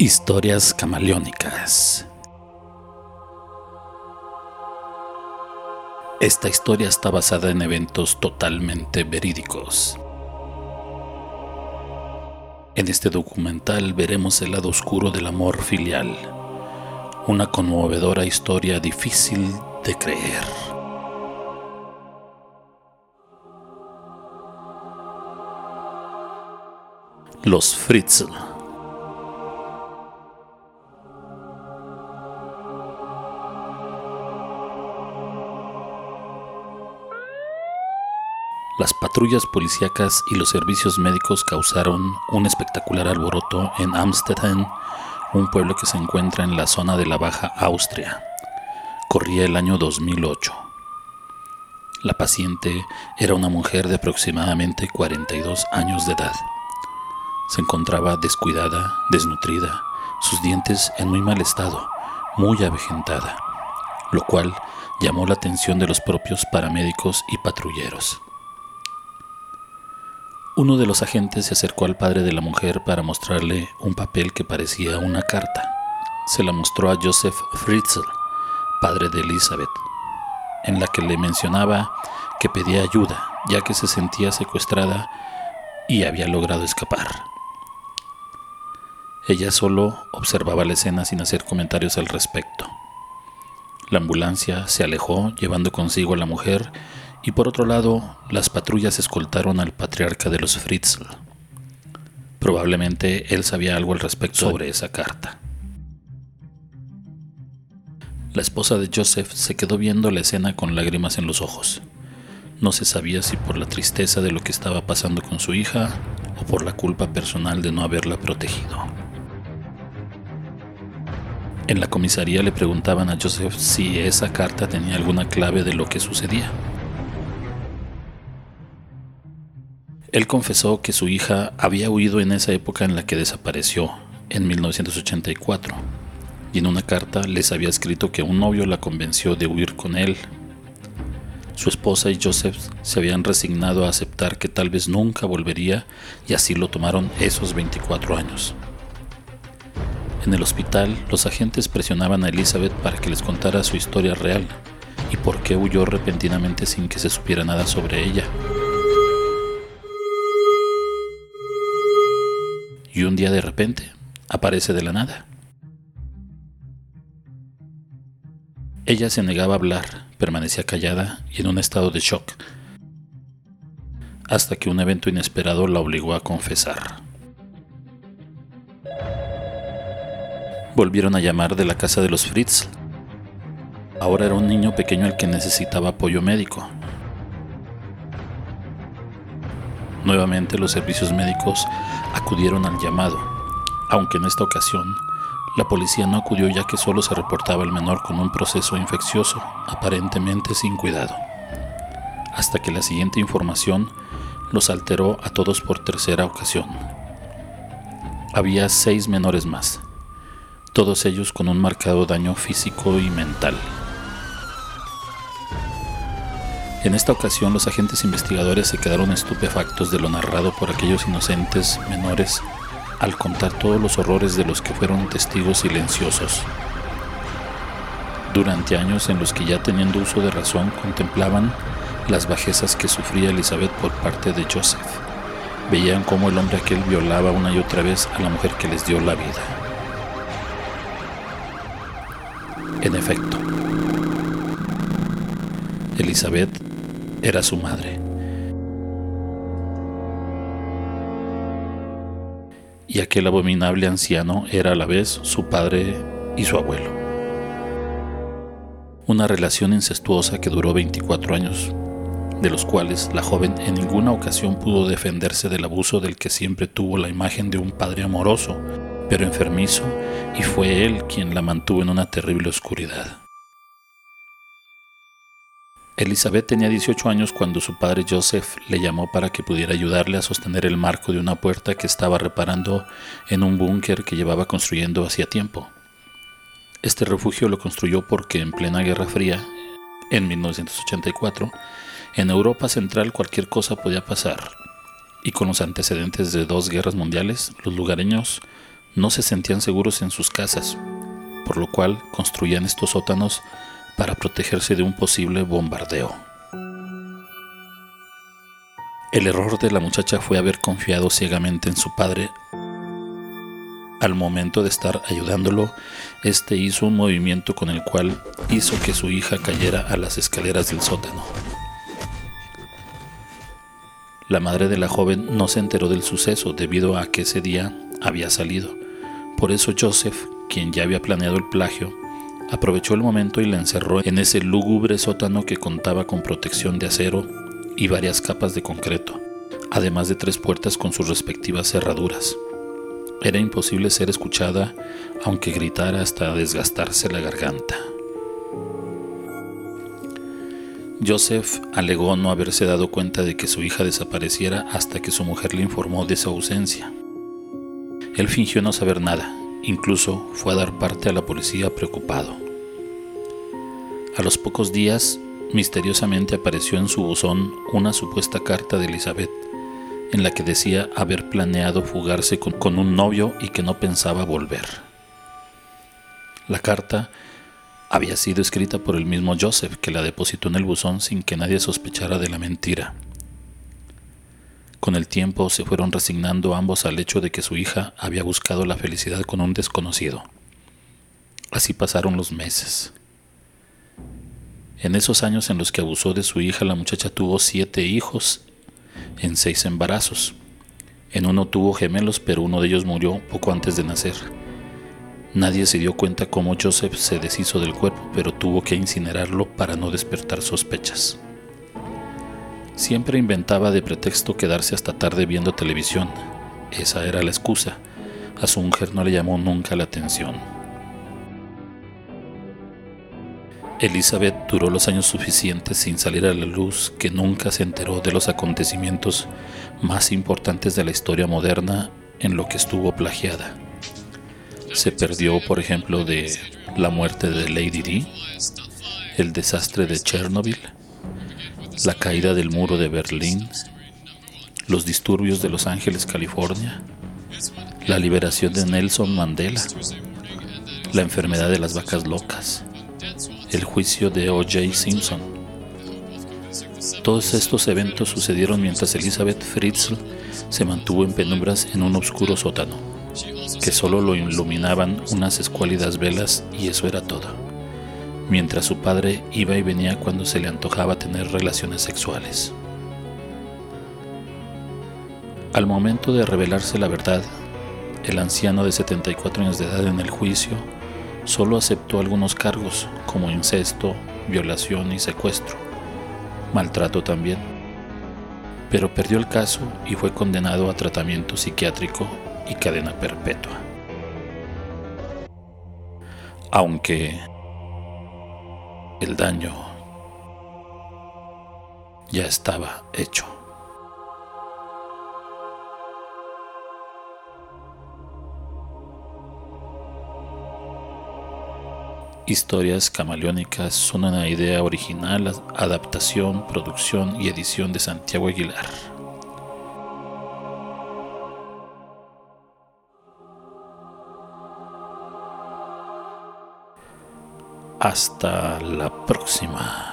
Historias camaleónicas. Esta historia está basada en eventos totalmente verídicos. En este documental veremos el lado oscuro del amor filial, una conmovedora historia difícil de creer. Los Fritzl. Las patrullas policíacas y los servicios médicos causaron un espectacular alboroto en Amstetten, un pueblo que se encuentra en la zona de la Baja Austria. Corría el año 2008. La paciente era una mujer de aproximadamente 42 años de edad. Se encontraba descuidada, desnutrida, sus dientes en muy mal estado, muy avejentada, lo cual llamó la atención de los propios paramédicos y patrulleros. Uno de los agentes se acercó al padre de la mujer para mostrarle un papel que parecía una carta. Se la mostró a Joseph Fritzl, padre de Elizabeth, en la que le mencionaba que pedía ayuda, ya que se sentía secuestrada y había logrado escapar. Ella solo observaba la escena sin hacer comentarios al respecto. La ambulancia se alejó llevando consigo a la mujer y por otro lado, las patrullas escoltaron al patriarca de los Fritzl. Probablemente él sabía algo al respecto sobre esa carta. La esposa de Joseph se quedó viendo la escena con lágrimas en los ojos. No se sabía si por la tristeza de lo que estaba pasando con su hija o por la culpa personal de no haberla protegido. En la comisaría le preguntaban a Joseph si esa carta tenía alguna clave de lo que sucedía. Él confesó que su hija había huido en esa época en la que desapareció, en 1984, y en una carta les había escrito que un novio la convenció de huir con él. Su esposa y Joseph se habían resignado a aceptar que tal vez nunca volvería y así lo tomaron esos 24 años. En el hospital, los agentes presionaban a Elizabeth para que les contara su historia real y por qué huyó repentinamente sin que se supiera nada sobre ella. Y un día de repente aparece de la nada. Ella se negaba a hablar, permanecía callada y en un estado de shock, hasta que un evento inesperado la obligó a confesar. Volvieron a llamar de la casa de los Fritzl. Ahora era un niño pequeño el que necesitaba apoyo médico. Nuevamente los servicios médicos acudieron al llamado, aunque en esta ocasión la policía no acudió ya que solo se reportaba el menor con un proceso infeccioso, aparentemente sin cuidado, hasta que la siguiente información los alteró a todos por tercera ocasión. Había 6 menores más, todos ellos con un marcado daño físico y mental. En esta ocasión los agentes investigadores se quedaron estupefactos de lo narrado por aquellos inocentes menores al contar todos los horrores de los que fueron testigos silenciosos. Durante años en los que ya teniendo uso de razón contemplaban las bajezas que sufría Elizabeth por parte de Joseph, veían cómo el hombre aquel violaba una y otra vez a la mujer que les dio la vida. En efecto, Elizabeth era su madre. Y aquel abominable anciano era a la vez su padre y su abuelo. Una relación incestuosa que duró 24 años, de los cuales la joven en ninguna ocasión pudo defenderse del abuso del que siempre tuvo la imagen de un padre amoroso, pero enfermizo, y fue él quien la mantuvo en una terrible oscuridad. Elizabeth tenía 18 años cuando su padre Joseph le llamó para que pudiera ayudarle a sostener el marco de una puerta que estaba reparando en un búnker que llevaba construyendo hacía tiempo. Este refugio lo construyó porque en plena Guerra Fría, en 1984, en Europa Central cualquier cosa podía pasar, y con los antecedentes de 2 guerras mundiales, los lugareños No se sentían seguros en sus casas, por lo cual construían estos sótanos para protegerse de un posible bombardeo. El error de la muchacha fue haber confiado ciegamente en su padre. Al momento de estar ayudándolo, este hizo un movimiento con el cual hizo que su hija cayera a las escaleras del sótano. La madre de la joven no se enteró del suceso debido a que ese día había salido. Por eso Joseph, quien ya había planeado el plagio, aprovechó el momento y la encerró en ese lúgubre sótano que contaba con protección de acero y varias capas de concreto, además de 3 puertas con sus respectivas cerraduras. Era imposible ser escuchada, aunque gritara hasta desgastarse la garganta. Joseph alegó no haberse dado cuenta de que su hija desapareciera hasta que su mujer le informó de su ausencia. Él fingió no saber nada, incluso fue a dar parte a la policía preocupado. A los pocos días, misteriosamente apareció en su buzón una supuesta carta de Elizabeth, en la que decía haber planeado fugarse con un novio y que no pensaba volver. La carta había sido escrita por el mismo Joseph, que la depositó en el buzón sin que nadie sospechara de la mentira. Con el tiempo se fueron resignando ambos al hecho de que su hija había buscado la felicidad con un desconocido. Así pasaron los meses. En esos años en los que abusó de su hija, la muchacha tuvo 7 hijos en 6 embarazos. En uno tuvo gemelos, pero uno de ellos murió poco antes de nacer. Nadie se dio cuenta cómo Joseph se deshizo del cuerpo, pero tuvo que incinerarlo para no despertar sospechas. Siempre inventaba de pretexto quedarse hasta tarde viendo televisión. Esa era la excusa. A su mujer no le llamó nunca la atención. Elizabeth duró los años suficientes sin salir a la luz que nunca se enteró de los acontecimientos más importantes de la historia moderna en lo que estuvo plagiada. Se perdió, por ejemplo, de la muerte de Lady Di, el desastre de Chernobyl, la caída del muro de Berlín, los disturbios de Los Ángeles, California, la liberación de Nelson Mandela, la enfermedad de las vacas locas, el juicio de O.J. Simpson. Todos estos eventos sucedieron mientras Elizabeth Fritzl se mantuvo en penumbras en un oscuro sótano, que solo lo iluminaban unas escuálidas velas, y eso era todo, mientras su padre iba y venía cuando se le antojaba tener relaciones sexuales. Al momento de revelarse la verdad, el anciano de 74 años de edad en el juicio solo aceptó algunos cargos como incesto, violación y secuestro, maltrato también, pero perdió el caso y fue condenado a tratamiento psiquiátrico y cadena perpetua. Aunque el daño ya estaba hecho. Historias camaleónicas son una idea original, adaptación, producción y edición de Santiago Aguilar. Hasta la próxima.